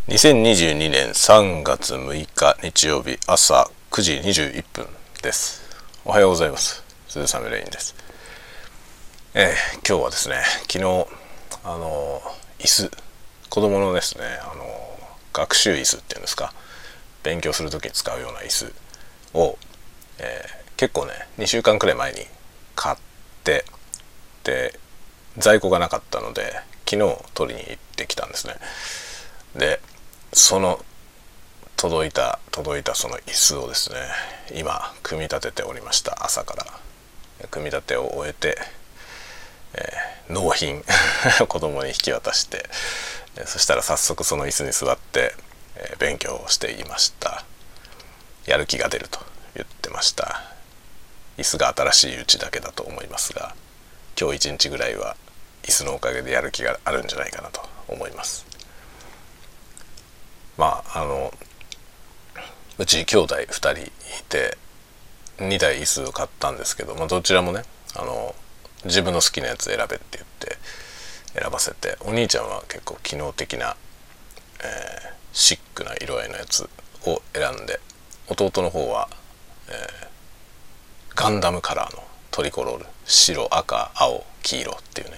2022年3月6日日曜日朝9時21分です。おはようございます。鈴雨レインです。今日はですね、昨日椅子、子供のですね学習椅子っていうんですか、勉強するときに使うような椅子を、結構ね2週間くらい前に買って、で在庫がなかったので昨日取りに行ってきたんですね。でその届いたその椅子をですね、今組み立てておりました。朝から組み立てを終えて、納品子供に引き渡して、そしたら早速その椅子に座って、勉強をしていました。やる気が出ると言ってました。椅子が新しいうちだけだと思いますが、今日一日ぐらいは椅子のおかげでやる気があるんじゃないかなと思います。うち兄弟2人いて2台椅子を買ったんですけど、どちらもね自分の好きなやつ選べって言って選ばせて、お兄ちゃんは結構機能的な、シックな色合いのやつを選んで、弟の方は、ガンダムカラーのトリコロール、白赤青黄色っていうね、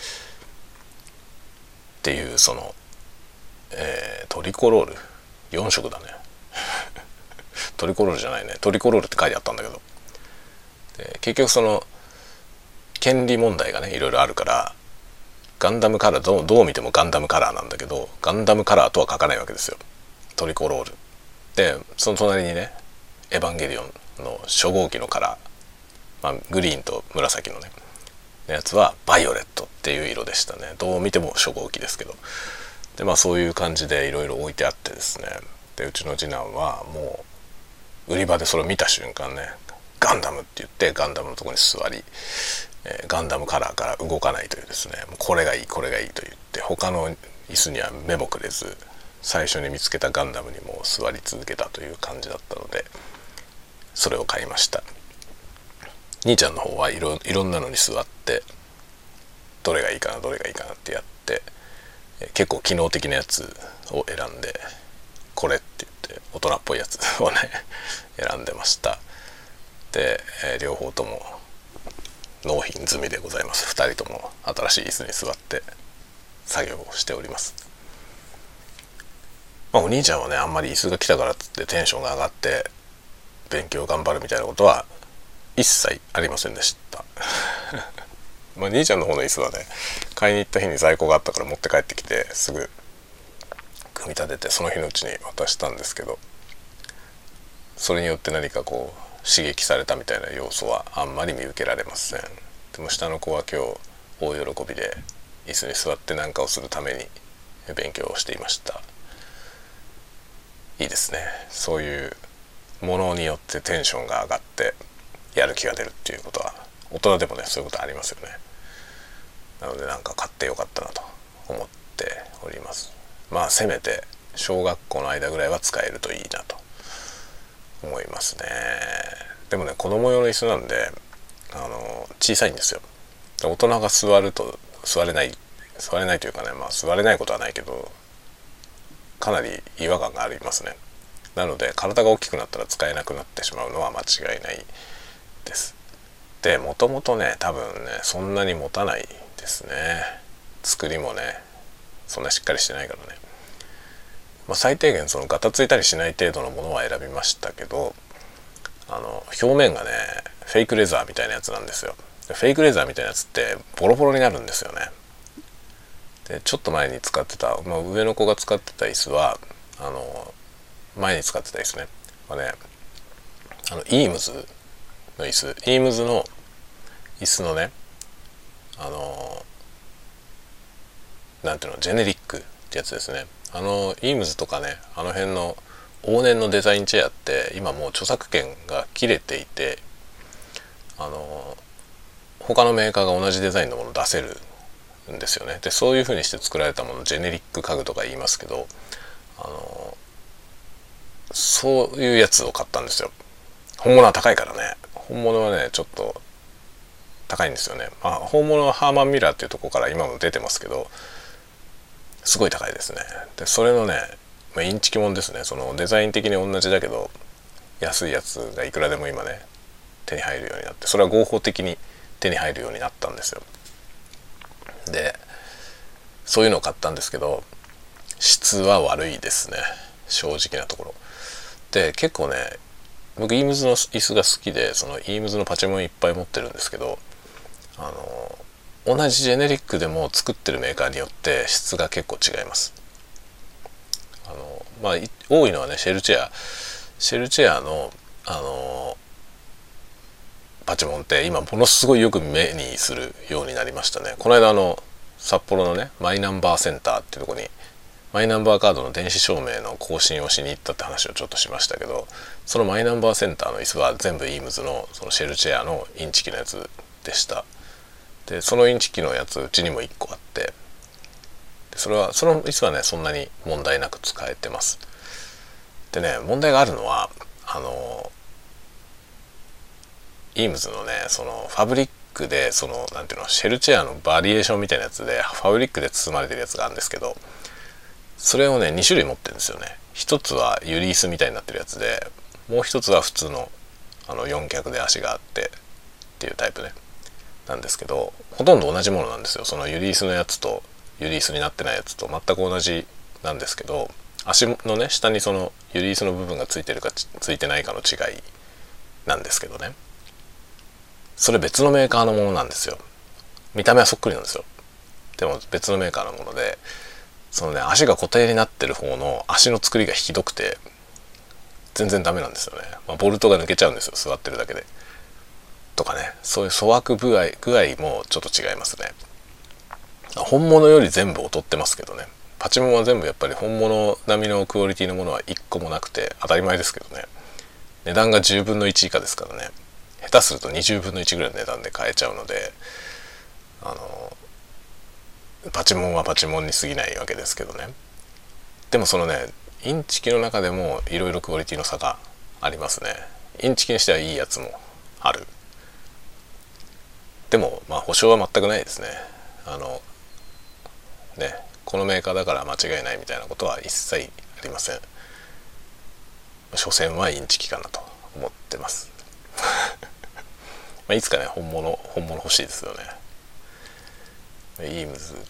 っていうそのトリコロール4色だねトリコロールじゃないね、トリコロールって書いてあったんだけど、で結局その権利問題がねいろいろあるから、ガンダムカラーどう見てもガンダムカラーなんだけど、ガンダムカラーとは書かないわけですよ、トリコロールで。その隣にねエヴァンゲリオンの初号機のカラー、グリーンと紫のねやつはバイオレットっていう色でしたね。どう見ても初号機ですけど、でそういう感じでいろいろ置いてあってですね、でうちの次男はもう売り場でそれを見た瞬間ね、ガンダムって言ってガンダムのところに座り、ガンダムカラーから動かないというですね、もうこれがいいと言って他の椅子には目もくれず、最初に見つけたガンダムにも座り続けたという感じだったので、それを買いました。兄ちゃんの方はいろんなのに座って、どれがいいかなってやって、結構機能的なやつを選んで、これって言って大人っぽいやつをね選んでました。で、両方とも納品済みでございます。2人とも新しい椅子に座って作業をしております。お兄ちゃんはね、あんまり椅子が来たからっつってテンションが上がって勉強頑張るみたいなことは一切ありませんでした兄ちゃんの方の椅子はね、買いに行った日に在庫があったから持って帰ってきて、すぐ組み立ててその日のうちに渡したんですけど、それによって何かこう刺激されたみたいな要素はあんまり見受けられません。でも下の子は今日大喜びで椅子に座って何かをするために勉強をしていました。いいですね、そういうものによってテンションが上がってやる気が出るっていうことは、大人でもねそういうことありますよね。なのでなんか買ってよかったなと思っております。せめて小学校の間ぐらいは使えるといいなと思いますね。でもね、子供用の椅子なんで小さいんですよ。大人が座ると座れないというかね、座れないことはないけどかなり違和感がありますね。なので体が大きくなったら使えなくなってしまうのは間違いないです。でもともとね多分ねそんなに持たないですね。作りもねそんなしっかりしてないからね、最低限そのガタついたりしない程度のものは選びましたけど、表面がねフェイクレザーみたいなやつなんですよ。フェイクレザーみたいなやつってボロボロになるんですよね。でちょっと前に使ってた、上の子が使ってた椅子は前に使ってた椅子ね、イームズの椅子のね、なんていうの、ジェネリックってやつですね。イームズとかね、あの辺の往年のデザインチェアって今もう著作権が切れていて、他のメーカーが同じデザインのものを出せるんですよね。でそういう風にして作られたものジェネリック家具とか言いますけど、そういうやつを買ったんですよ。本物は高いからね。本物はねちょっと高いんですよね。本物はハーマンミラーっていうところから今も出てますけど、すごい高いですね。でそれのねインチキもんですね。そのデザイン的に同じだけど安いやつがいくらでも今ね手に入るようになって、それは合法的に手に入るようになったんですよ。でそういうのを買ったんですけど、質は悪いですね、正直なところ。で結構ね、僕イームズの椅子が好きで、そのイームズのパチモンいっぱい持ってるんですけど、同じジェネリックでも作ってるメーカーによって質が結構違います。多いのはねシェルチェアのパチモンって今ものすごいよく目にするようになりましたね。この間札幌のねマイナンバーセンターっていうところにマイナンバーカードの電子証明の更新をしに行ったって話をちょっとしましたけど、そのマイナンバーセンターの椅子は全部イームズのそのシェルチェアのインチキのやつでした。でそのインチキのやつうちにも1個あって、その椅子はねそんなに問題なく使えてます。でね、問題があるのはイームズのねそのファブリックでそのなんていうのシェルチェアのバリエーションみたいなやつでファブリックで包まれてるやつがあるんですけど、それをね2種類持ってるんですよね。一つはユリースみたいになってるやつで、もう一つは普通の4脚で足があってっていうタイプねなんですけど、ほとんど同じものなんですよ。そのユリースのやつとユリースになってないやつと全く同じなんですけど、足のね下にそのユリースの部分がついてるかついてないかの違いなんですけどね、それ別のメーカーのものなんですよ。見た目はそっくりなんですよ。でも別のメーカーのもので、そのね足が固定になってる方の足の作りがひどくて全然ダメなんですよね。ボルトが抜けちゃうんですよ、座ってるだけでとかね、そういう粗悪具合もちょっと違いますね。本物より全部劣ってますけどね。パチモンは全部やっぱり本物並みのクオリティのものは1個もなくて当たり前ですけどね、値段が10分の1以下ですからね。下手すると20分の1ぐらいの値段で買えちゃうので、パチモンはパチモンに過ぎないわけですけどね。でもそのねインチキの中でもいろいろクオリティの差がありますね。インチキにしてはいいやつもある。でも保証は全くないですね。このメーカーだから間違いないみたいなことは一切ありません。所詮はインチキかなと思ってますいつかね本物欲しいですよね。イームズ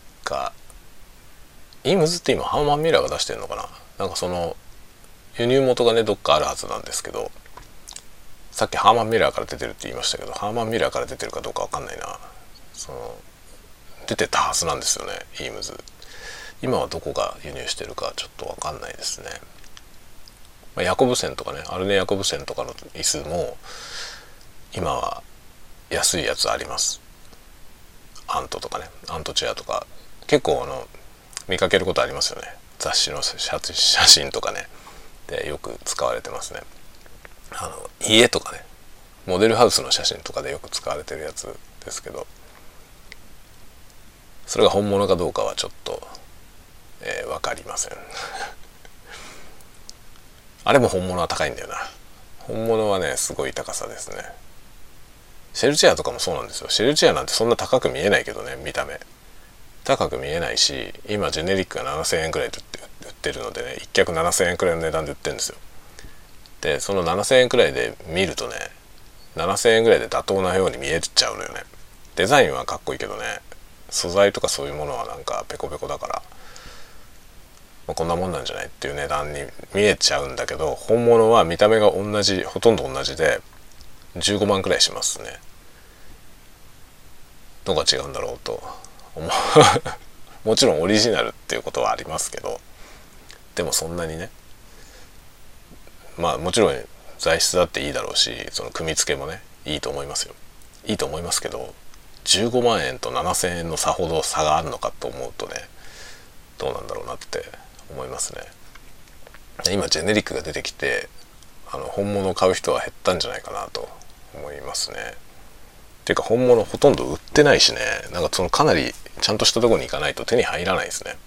って今ハーマンミラーが出してるのかな。なんかその輸入元がねどっかあるはずなんですけど、さっきハーマンミラーから出てるって言いましたけど、ハーマンミラーから出てるかどうかわかんないな。出てたはずなんですよね、イームズ。今はどこが輸入してるかちょっとわかんないですね。ヤコブセンとかね、アルネ・ヤコブセンとかの椅子も今は安いやつあります。アントとかね、アントチェアとか結構見かけることありますよね。雑誌の写真とかねでよく使われてますね。家とかねモデルハウスの写真とかでよく使われてるやつですけど、それが本物かどうかはちょっと、分かりませんあれも本物は高いんだよな。本物はねすごい高さですね。シェルチェアとかもそうなんですよ。シェルチェアなんてそんな高く見えないけどね、見た目高く見えないし、今ジェネリックが7000円くらいで売ってるのでね、1脚7000円くらいの値段で売ってるんですよ。でその7000円くらいで見るとね、7000円ぐらいで妥当なように見えちゃうのよね。デザインはかっこいいけどね、素材とかそういうものはなんかペコペコだから、こんなもんなんじゃないっていう値段に見えちゃうんだけど、本物は見た目がほとんど同じで15万くらいしますね。どこが違うんだろうと思うもちろんオリジナルっていうことはありますけど、でもそんなにね、もちろん材質だっていいだろうし、その組み付けもねいいと思いますよ。いいと思いますけど、15万円と7000円の差ほど差があるのかと思うとね、どうなんだろうなって思いますね。今ジェネリックが出てきて本物を買う人は減ったんじゃないかなと思いますね。っていうか本物ほとんど売ってないしね、なんかそのかなりちゃんとしたところに行かないと手に入らないですね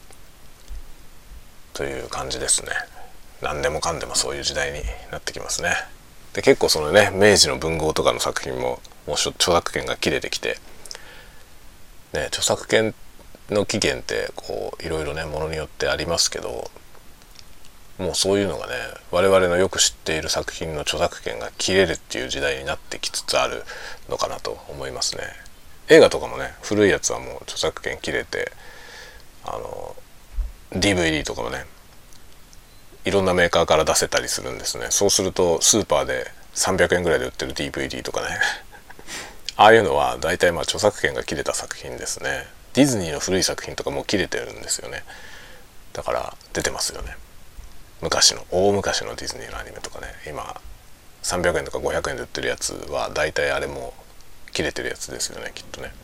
という感じですね。何でもかんでもそういう時代になってきますね。で結構そのね明治の文豪とかの作品ももう著作権が切れてきてね、著作権の期限ってこういろいろねものによってありますけど、 もうそういうのがね、我々のよく知っている作品の著作権が切れるっていう時代になってきつつあるのかなと思いますね。映画とかもね、古いやつはもう著作権切れて、DVD とかもね、いろんなメーカーから出せたりするんですね。そうするとスーパーで300円ぐらいで売ってる DVD とかねああいうのは大体著作権が切れた作品ですね。ディズニーの古い作品とかもう切れてるんですよね。だから出てますよね。大昔のディズニーのアニメとかね、今300円とか500円で売ってるやつは大体あれも切れてるやつですよね、きっとね。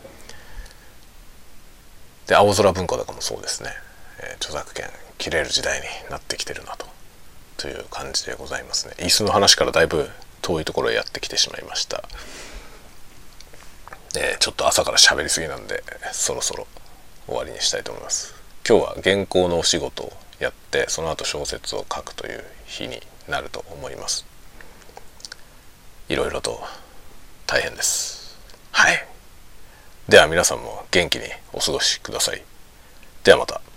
で、青空文庫とかもそうですね、著作権切れる時代になってきてるなという感じでございますね。椅子の話からだいぶ遠いところへやってきてしまいました。ちょっと朝から喋りすぎなんでそろそろ終わりにしたいと思います。今日は原稿のお仕事をやって、その後小説を書くという日になると思います。いろいろと大変です。はい。では皆さんも元気にお過ごしください。ではまた。